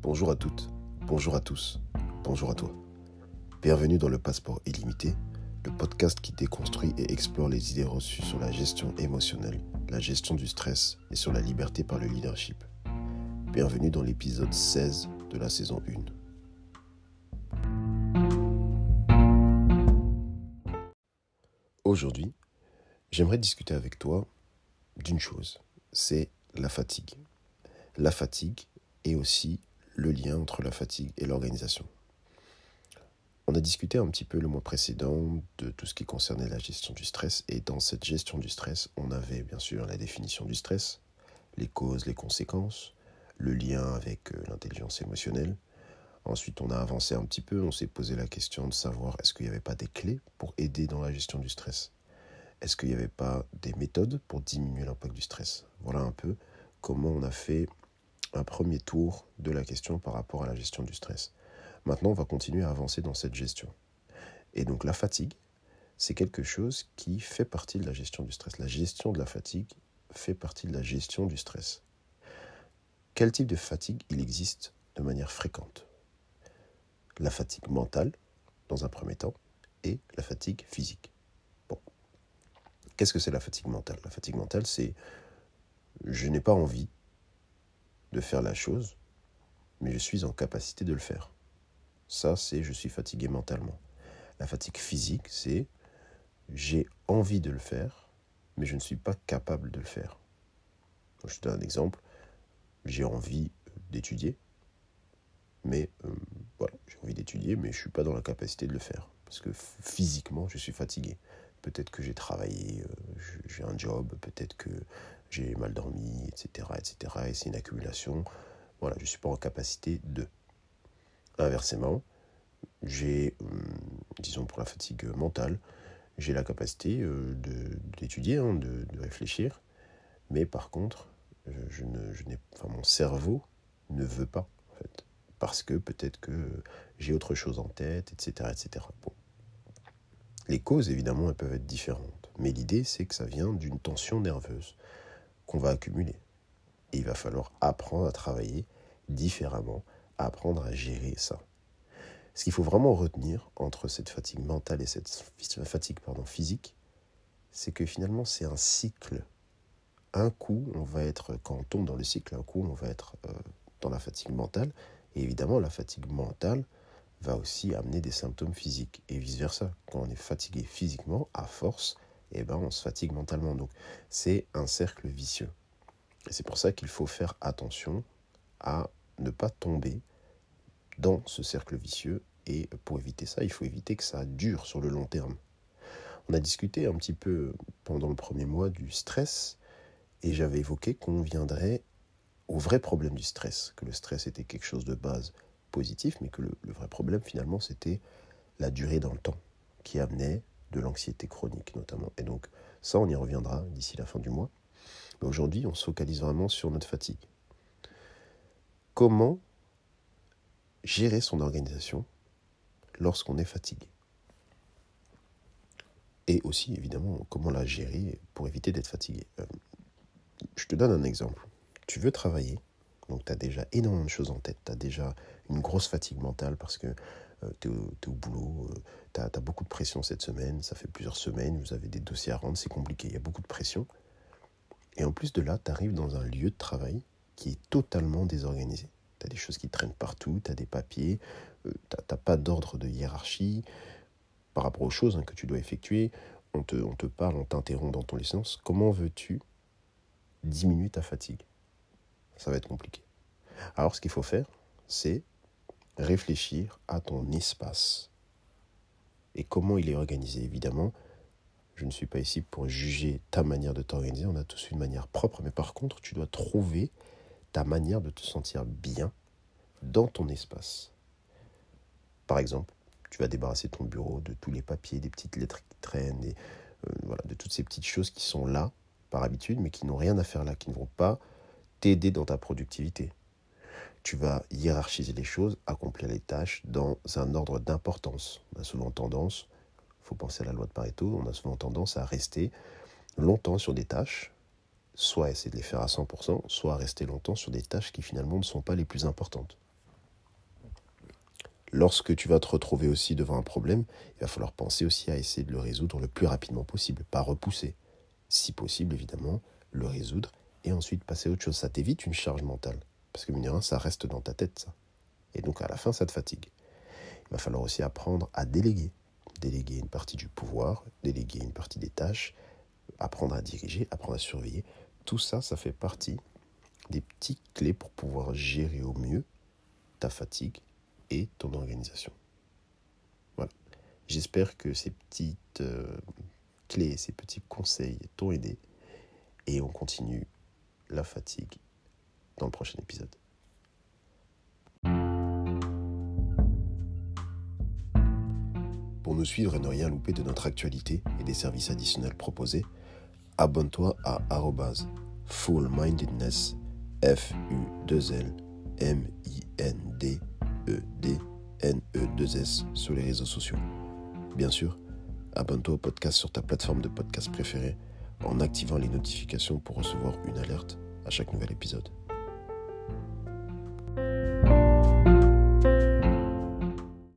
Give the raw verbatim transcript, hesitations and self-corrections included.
Bonjour à toutes, bonjour à tous, bonjour à toi. Bienvenue dans le Passeport illimité, le podcast qui déconstruit et explore les idées reçues sur la gestion émotionnelle, la gestion du stress et sur la liberté par le leadership. Bienvenue dans l'épisode seize de la saison un. Aujourd'hui, j'aimerais discuter avec toi d'une chose, c'est la fatigue. La fatigue et aussi le lien entre la fatigue et l'organisation. On a discuté un petit peu le mois précédent de tout ce qui concernait la gestion du stress, et dans cette gestion du stress, on avait bien sûr la définition du stress, les causes, les conséquences, le lien avec l'intelligence émotionnelle. Ensuite, on a avancé un petit peu, on s'est posé la question de savoir est-ce qu'il n'y avait pas des clés pour aider dans la gestion du stress ? Est-ce qu'il n'y avait pas des méthodes pour diminuer l'impact du stress ? Voilà un peu comment on a fait un premier tour de la question par rapport à la gestion du stress. Maintenant, on va continuer à avancer dans cette gestion. Et donc la fatigue, c'est quelque chose qui fait partie de la gestion du stress. La gestion de la fatigue fait partie de la gestion du stress. Quel type de fatigue il existe de manière fréquente ? La fatigue mentale, dans un premier temps, et la fatigue physique. Bon. Qu'est-ce que c'est la fatigue mentale ? La fatigue mentale, c'est je n'ai pas envie de faire la chose, mais je suis en capacité de le faire. Ça, c'est je suis fatigué mentalement. La fatigue physique, c'est j'ai envie de le faire, mais je ne suis pas capable de le faire. Je te donne un exemple. J'ai envie d'étudier, mais euh, voilà, j'ai envie d'étudier, mais je ne suis pas dans la capacité de le faire. Parce que physiquement, je suis fatigué. Peut-être que j'ai travaillé, euh, j'ai un job, peut-être que j'ai mal dormi, et cetera, et cetera. Et c'est une accumulation. Voilà, je ne suis pas en capacité de. Inversement, j'ai, euh, disons pour la fatigue mentale, j'ai la capacité euh, de, d'étudier, hein, de, de réfléchir, mais par contre, je, je ne, je n'ai, enfin, mon cerveau ne veut pas, en fait, parce que peut-être que j'ai autre chose en tête, et cetera, et cetera. Bon. Les causes, évidemment, elles peuvent être différentes, mais l'idée, c'est que ça vient d'une tension nerveuse qu'on va accumuler. Et il va falloir apprendre à travailler différemment, apprendre à gérer ça. Ce qu'il faut vraiment retenir entre cette fatigue mentale et cette fatigue pardon, physique, c'est que finalement c'est un cycle. Un coup, on va être, quand on tombe dans le cycle, un coup, on va être euh, dans la fatigue mentale. Et évidemment, la fatigue mentale va aussi amener des symptômes physiques. Et vice-versa, quand on est fatigué physiquement, à force, eh ben, on se fatigue mentalement. Donc c'est un cercle vicieux. Et c'est pour ça qu'il faut faire attention à ne pas tomber dans ce cercle vicieux, et pour éviter ça, il faut éviter que ça dure sur le long terme. On a discuté un petit peu pendant le premier mois du stress, et j'avais évoqué qu'on viendrait au vrai problème du stress, que le stress était quelque chose de base positif, mais que le, le vrai problème finalement c'était la durée dans le temps, qui amenait de l'anxiété chronique notamment. Et donc ça, on y reviendra d'ici la fin du mois. Mais aujourd'hui, on se focalise vraiment sur notre fatigue. Comment gérer son organisation lorsqu'on est fatigué. Et aussi, évidemment, comment la gérer pour éviter d'être fatigué. Euh, je te donne un exemple. Tu veux travailler, donc tu as déjà énormément de choses en tête. Tu as déjà une grosse fatigue mentale parce que euh, tu es au, au boulot, euh, tu as beaucoup de pression cette semaine, ça fait plusieurs semaines, vous avez des dossiers à rendre, c'est compliqué, il y a beaucoup de pression. Et en plus de là, tu arrives dans un lieu de travail qui est totalement désorganisé. Tu as des choses qui traînent partout, tu as des papiers, euh, tu n'as pas d'ordre de hiérarchie par rapport aux choses hein, que tu dois effectuer. On te, on te parle, on t'interrompt dans ton licence. Comment veux-tu diminuer ta fatigue ? Ça va être compliqué. Alors, ce qu'il faut faire, c'est réfléchir à ton espace. Et comment il est organisé ? Évidemment, je ne suis pas ici pour juger ta manière de t'organiser. On a tous une manière propre. Mais par contre, tu dois trouver ta manière de te sentir bien dans ton espace. Par exemple, tu vas débarrasser ton bureau de tous les papiers, des petites lettres qui traînent, et, euh, voilà, de toutes ces petites choses qui sont là par habitude, mais qui n'ont rien à faire là, qui ne vont pas t'aider dans ta productivité. Tu vas hiérarchiser les choses, accomplir les tâches dans un ordre d'importance. On a souvent tendance, il faut penser à la loi de Pareto, on a souvent tendance à rester longtemps sur des tâches, soit essayer de les faire à cent pour cent, soit rester longtemps sur des tâches qui finalement ne sont pas les plus importantes. lorsque tu vas te retrouver aussi devant un problème, il va falloir penser aussi à essayer de le résoudre le plus rapidement possible, pas repousser. Si possible, évidemment, le résoudre et ensuite passer à autre chose. Ça t'évite une charge mentale. Parce que, mine de rien, ça reste dans ta tête, ça. Et donc, à la fin, ça te fatigue. Il va falloir aussi apprendre à déléguer. Déléguer une partie du pouvoir, déléguer une partie des tâches, apprendre à diriger, apprendre à surveiller. Tout ça, ça fait partie des petites clés pour pouvoir gérer au mieux ta fatigue et ton organisation. Voilà. J'espère que ces petites euh, clés, ces petits conseils t'ont aidé. Et on continue la fatigue dans le prochain épisode. Pour nous suivre et ne rien louper de notre actualité et des services additionnels proposés, abonne-toi à arobase fullmindedness, F U deux L M I N D E D N E deux S sur les réseaux sociaux. Bien sûr, abonne-toi au podcast sur ta plateforme de podcast préférée en activant les notifications pour recevoir une alerte à chaque nouvel épisode.